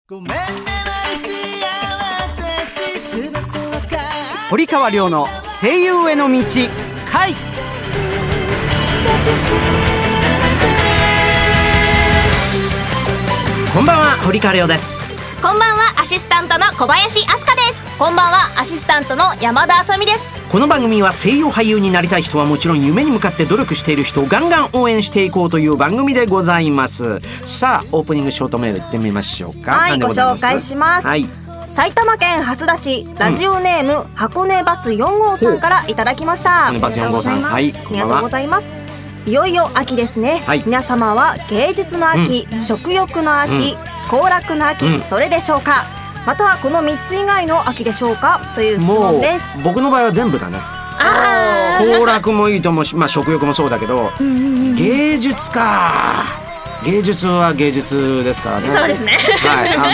ごめんね私全てわかる堀川亮の声優への道回。こんばんは、堀川亮です。 こんばんは、アシスタントの小林明日香です。こんばんは、アシスタントの山田あさみです。 この番組は声優俳優になりたい人はもちろん、夢に向かって努力している人をガンガン応援していこうという番組でございます。さあ、オープニングショートメールいってみましょうか。 はい、ご紹介します。 はい、 埼玉県蓮田市ラジオネーム、箱根バス4号さんからいただきました。 箱根バス4号さん、はい、 ありがとうございます。いよいよ秋ですね、はい、皆様は芸術の秋、食欲の秋、行楽の秋、どれでしょうか。またはこの3つ以外の秋でしょうかという質問です。 もう僕の場合は全部だね。行楽もいいと思うし、食欲もそうだけど、芸術か。芸術は芸術ですからね。 そうですね。 はい、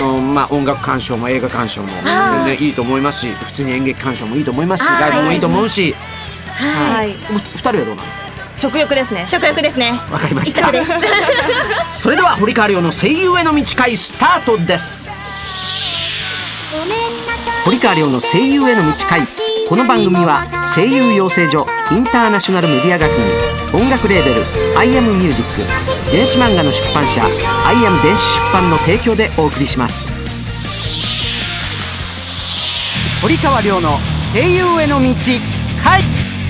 音楽鑑賞も映画鑑賞も全然いいと思いますし、普通に演劇鑑賞もいいと思いますし、ライブもいいと思うし、はい。2人はどうなの？ 食欲ですね。食欲ですね。 わかりました。それでは堀川亮の声優への道会スタートです。堀川亮の声優への道会。この番組は声優養成所インターナショナルメディア学院、音楽レーベル I am Music、 電子漫画の出版社 I am 電子出版の提供でお送りします。堀川亮の声優への道会。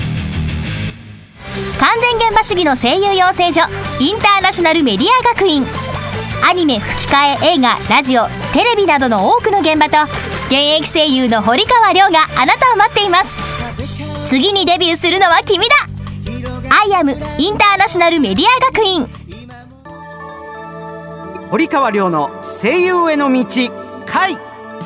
完全現場主義の声優養成所インターナショナルメディア学院。アニメ、吹き替え、映画、ラジオ、テレビなどの多くの現場と現役声優の堀川亮があなたを待っています。次にデビューするのは君だ。アイアムインターナショナルメディア学院。 堀川亮の声優への道回。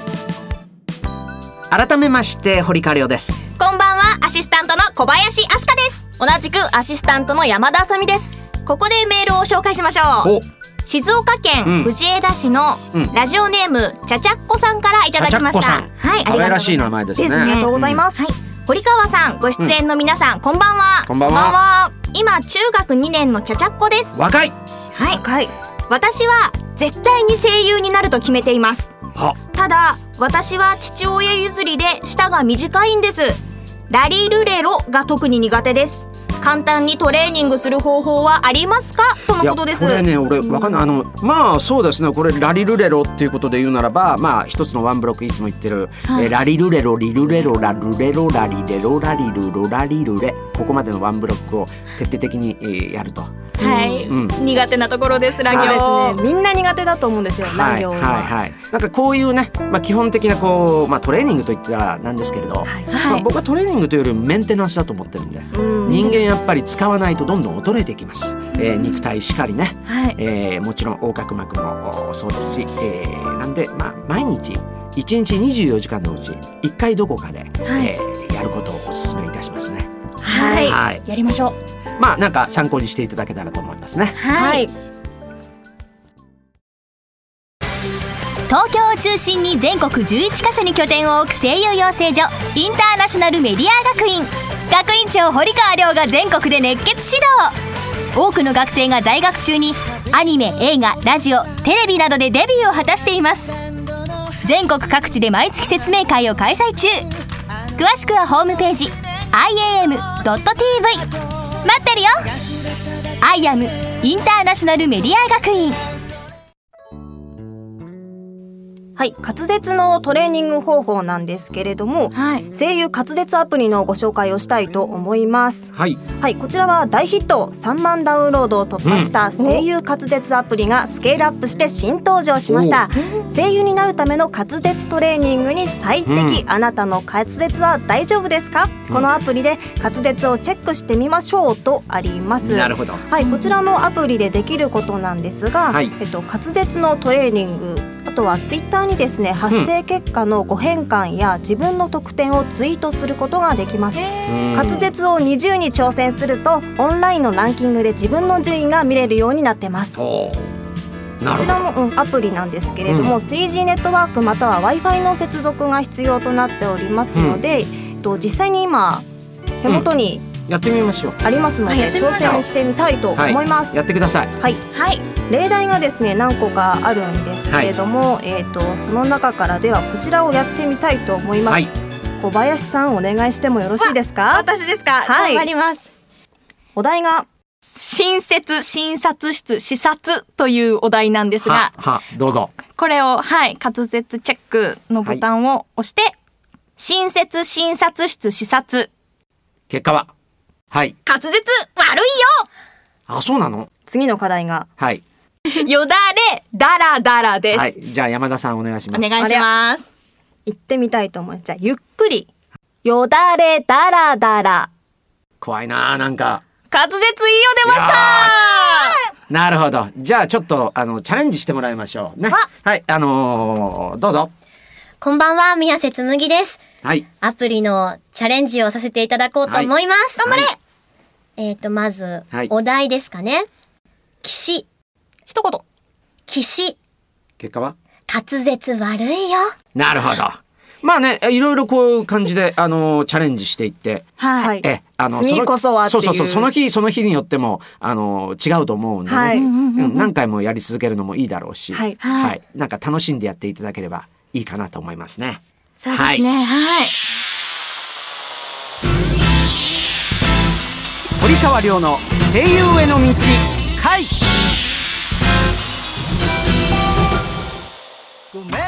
改めまして堀川亮です。 こんばんは、アシスタントの小林明日香です。同じくアシスタントの山田あさみです。ここでメールを紹介しましょう。静岡県藤枝市のラジオネームちゃちゃっこさんからいただきました。 はい、可愛らしい名前ですね。 ありがとうございます。堀川さん、ご出演の皆さん、こんばんは。 こんばんは。 今中学2年のちゃちゃっこです。 若い。 はい。私は絶対に声優になると決めています。ただ私は父親譲りで舌が短いんです。ラリルレロが特に苦手です。簡単にトレーニングする方法はありますかとのことです。 これね、俺わかんない。そうですね、これラリルレロっていうことで言うならば、一つのワンブロックいつも言ってる、ラリルレロリルレロラルレロラリレロラリルロラリルレ、ここまでのワンブロックを徹底的にやると。 はい、苦手なところです。ラ行ですね。みんな苦手だと思うんですよ、ラ行は。 なんかこういうね、基本的なトレーニングといったらなんですけれど、僕はトレーニングというよりメンテナンスだと思ってるんで、人間やっぱり使わないとどんどん衰えていきます。肉体しかりね、もちろん横隔膜もそうですし、なんで毎日1日24時間のうち1回どこかで、やることをお勧めいたしますね。 はい、やりましょう。 なんか参考にしていただけたらと思いますね。 はい。 東京を中心に全国11カ所に拠点を置く声優養成所インターナショナルメディア学院。学院長堀川亮が全国で熱血指導。多くの学生が在学中にアニメ、映画、ラジオ、テレビなどでデビューを果たしています。全国各地で毎月説明会を開催中。詳しくはホームページ iam.tv。 待ってるよ。アイアムインターナショナルメディア学院。 はい、滑舌のトレーニング方法なんですけれども、声優滑舌アプリのご紹介をしたいと思います。こちらは大ヒット3万ダウンロードを突破した声優滑舌アプリがスケールアップして新登場しました。声優になるための滑舌トレーニングに最適。あなたの滑舌は大丈夫ですか？このアプリで滑舌をチェックしてみましょうとあります。 なるほど。 こちらのアプリでできることなんですが、滑舌のトレーニング、あとはツイッターにですね、発生結果のご変換や自分の得点をツイートすることができます。滑舌を20に挑戦するとオンラインのランキングで自分の順位が見れるようになってます。こちらも、アプリなんですけれども、3G ネットワークまたは Wi-Fi の接続が必要となっておりますので、実際に今手元にやってみましょう。 ありますので、挑戦してみたいと思います。 やってください。 はい、例題がですね何個かあるんですけれども、その中からではこちらをやってみたいと思います。小林さんお願いしてもよろしいですか？ 私ですか？頑張ります。 お題が新設診察室視察というお題なんですが、 どうぞ。 これを滑舌チェックのボタンを押して、新設診察室視察。 結果は滑舌悪いよ。 あ、そうなの？ 次の課題がよだれだらだらです。 じゃあ山田さんお願いします。 お願いします。 行ってみたいと思います。じゃあゆっくりよだれだらだら。 怖いな、なんか滑舌いいよ出ました。 なるほど。じゃあちょっとチャレンジしてもらいましょうね。どうぞ。 こんばんは、宮瀬つむぎです。アプリのチャレンジをさせていただこうと思います。 頑張れ。まず、お題ですかね。岸。 一言。 岸。 結果は滑舌悪いよ。 なるほど。まあね、いろいろこういう感じでチャレンジしていって、 次こそはっていう、 その日によっても違うと思うんでね、何回もやり続けるのもいいだろうし、なんか楽しんでやっていただければいいかなと思いますね。 そうですね。 堀川亮の声優への道回。ごめんね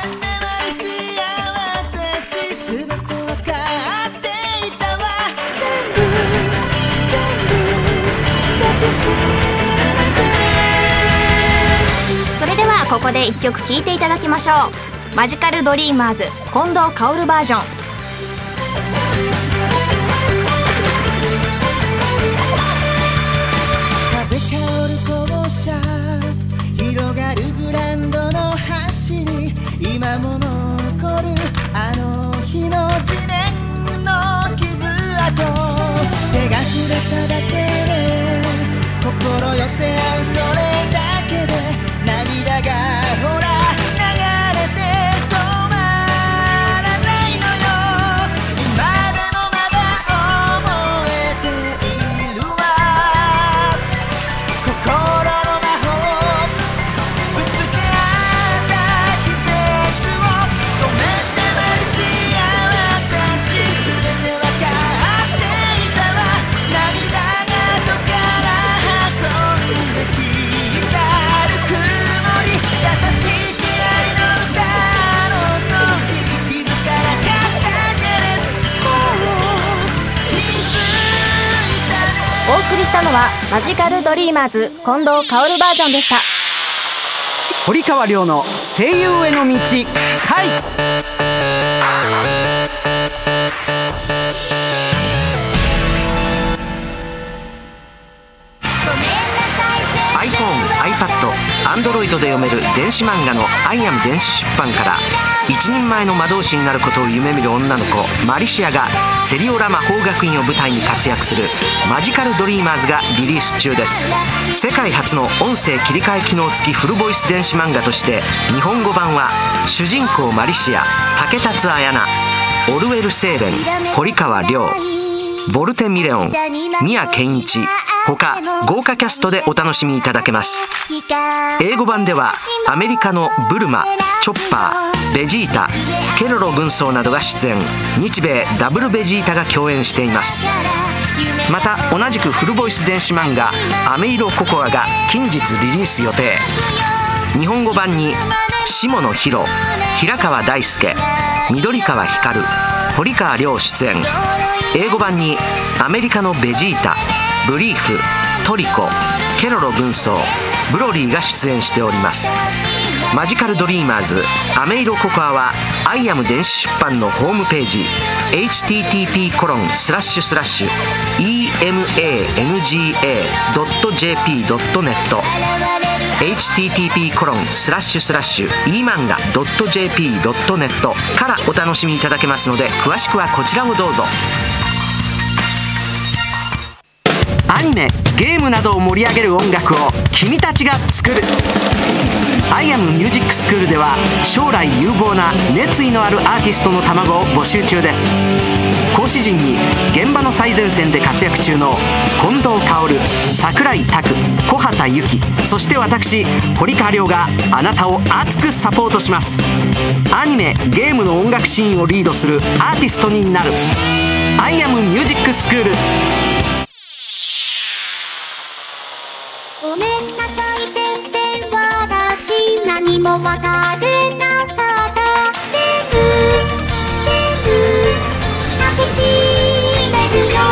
それではここで一曲聴いていただきましょう。マジカルドリーマーズ近藤薫バージョン。 風香る校舎広がるグランドの端に今も残るあの日の地面の傷跡。手が触れただけで心寄せ合うそれだけで涙がほら流れて止まらないのよ。今でもまだ覚えているわ。心の魔法ぶつけ合った季節をごめんねマルシア。私全てわかっていたわ。涙がどっから運んできたる曇り。優しき愛の歌の時気づかなかったけれども気づいたね。 お送りしたのはマジカルドリーマーズ近藤薫バージョンでした。 堀川亮の声優への道回。iPhone、iPad、Android で読める電子漫画のアイアム電子出版から一人前の魔導士になることを夢見る女の子マリシアがセリオラ魔法学院を舞台に活躍するマジカルドリーマーズがリリース中です。世界初の音声切り替え機能付きフルボイス電子漫画として日本語版は主人公マリシア、竹達彩菜、オルウェル・セーレン、堀川亮、ボルテ・ミレオン、宮健一他豪華キャストでお楽しみいただけます。英語版ではアメリカのブルマ、チョッパー、ベジータ、ケロロ軍曹などが出演。日米ダブルベジータが共演しています。また同じくフルボイス電子漫画アメイロココアが近日リリース予定。日本語版に下野紘、平川大輔、緑川光、堀川亮出演。英語版にアメリカのベジータ、ブリーフ、トリコ、ケロロ軍曹、ブロリーが出演しております。マジカルドリーマーズアメイロココアはアイアム電子出版のホームページ http://emanga.jp.net http://emanga.jp.net からお楽しみいただけますので、詳しくはこちらをどうぞ。 アニメ、ゲームなどを盛り上げる音楽を君たちが作る。アイアムミュージックスクールでは将来有望な熱意のあるアーティストの卵を募集中です。講師陣に現場の最前線で活躍中の近藤薫、櫻井拓、小畑由紀、そして私堀川亮があなたを熱くサポートします。アニメ、ゲームの音楽シーンをリードするアーティストになる。アイアムミュージックスクール。 ごめんなさい先生、私何もわかれなかった。全部隠しめるよ。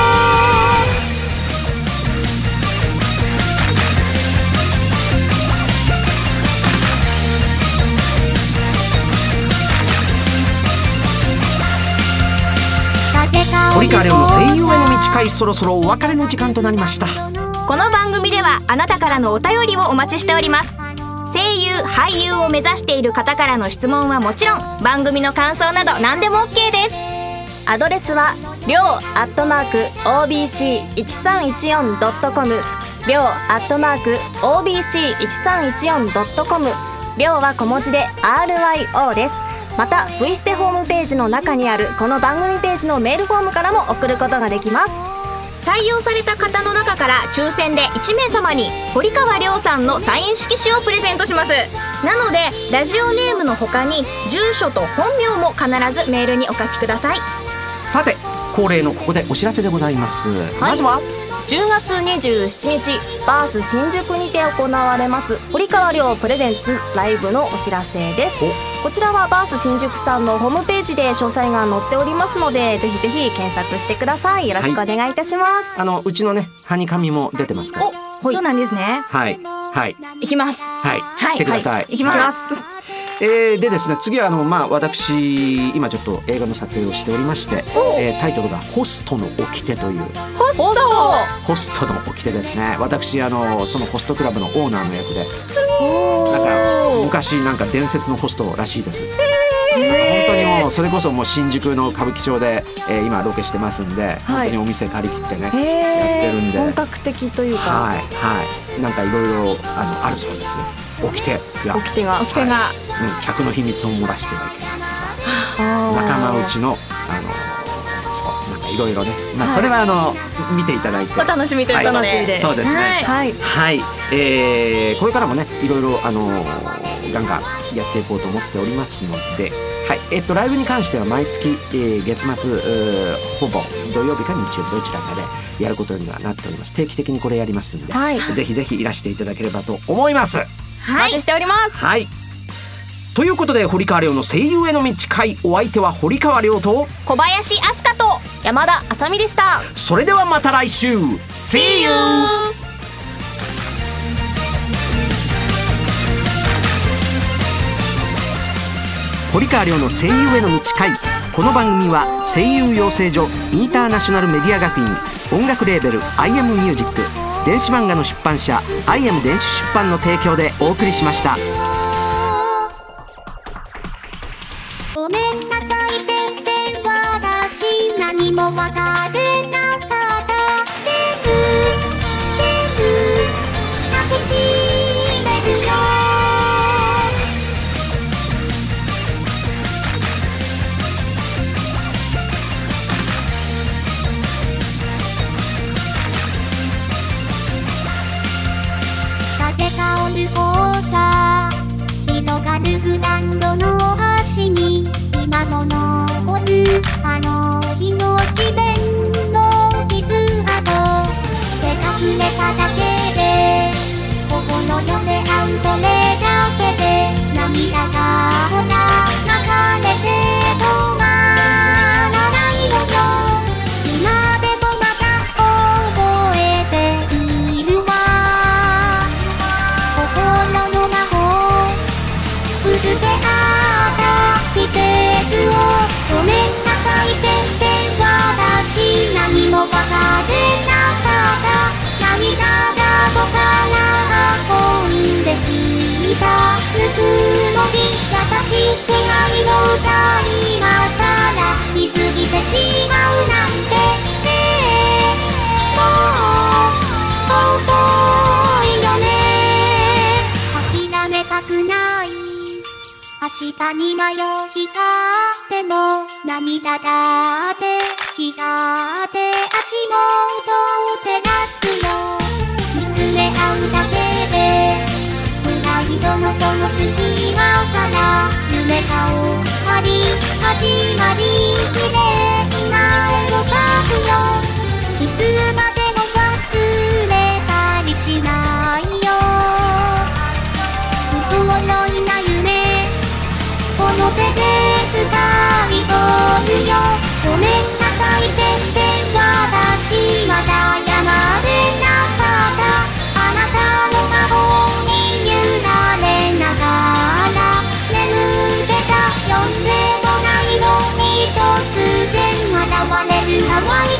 堀川亮の声優への道会、そろそろお別れの時間となりました。 この番組ではあなたからのお便りをお待ちしております。声優・俳優を目指している方からの質問はもちろん、番組の感想など何でも OK です。 アドレスはりょう@obc1314.com、りょう@obc1314.com、りょうは小文字で RYO です。また V ステホームページの中にあるこの番組ページのメールフォームからも送ることができます。 採用された方の中から抽選で1名様に堀川亮さんのサイン色紙をプレゼントします。なのでラジオネームの他に住所と本名も必ずメールにお書きください。 さて恒例のここでお知らせでございます、まずは 10月27日バース新宿にて行われます堀川亮プレゼンツライブのお知らせです。こちらはバース新宿さんのホームページで詳細が載っておりますので、ぜひぜひ検索してください。よろしくお願いいたします。 うちのねハニカミも出てますから。 そうなんですね。 はい行きます。 来てください。 行きます。 でですね、次は私今ちょっと映画の撮影をしておりまして、タイトルがホストの掟という。ホストの掟ですね。私そのホストクラブのオーナーの役で、昔伝説のホストらしいです。本当にもうそれこそもう新宿の歌舞伎町で、今ロケしてますんで、本当にお店借り切ってね、やってるんで本格的というか、 いろいろあるそうです。掟が、客の秘密を漏らしてはいけないとか、仲間内のそういろいろね、それは見ていただいてお楽しみということで、 そうですね。これからもねいろいろガンガンやっていこうと思っておりますので、ライブに関しては毎月、月末ほぼ土曜日か日曜日どちらかでやることにはなっております。定期的にこれやりますんで、ぜひぜひいらしていただければと思います。 お待ちしております。 ということで堀川亮の声優への道会、お相手は堀川亮と小林飛鳥と山田あさみでした。 それではまた来週 See you。 堀川亮の声優への道会。この番組は声優養成所インターナショナルメディア学院、音楽レーベル I am Music、電子漫画の出版社 I am 電子出版の提供でお送りしました。 ごめんなさい先生、私何もわかれなかった。全部隠しめるよ。風香る放射広がるグランドの端に今も残るあの日の地面の傷跡。手が触れただけで心寄せ合う、それだけで涙がほら流れて止まらないのよ。今でもまた覚えているわ。心の魔法ぶつけ合った季節を。ごめんなさい先生、私何もわかれなかった。涙が僕から運んできたぬくもり、優しく愛の歌今さら気づいてしまうなんてね。もう何迷いがあっても涙だって光って足元を照らすよ。見つめ合うだけでプライドのその隙間から夢が終わり始まり綺麗な絵を描くよ。いつまでも忘れたりしないよ。不本来な夢この手で掴み取るよ。ごめんなさい先生、私まだやまれなかった。あなたの魔法に揺られながら眠ってた。呼んでもないのに突然現れる淡い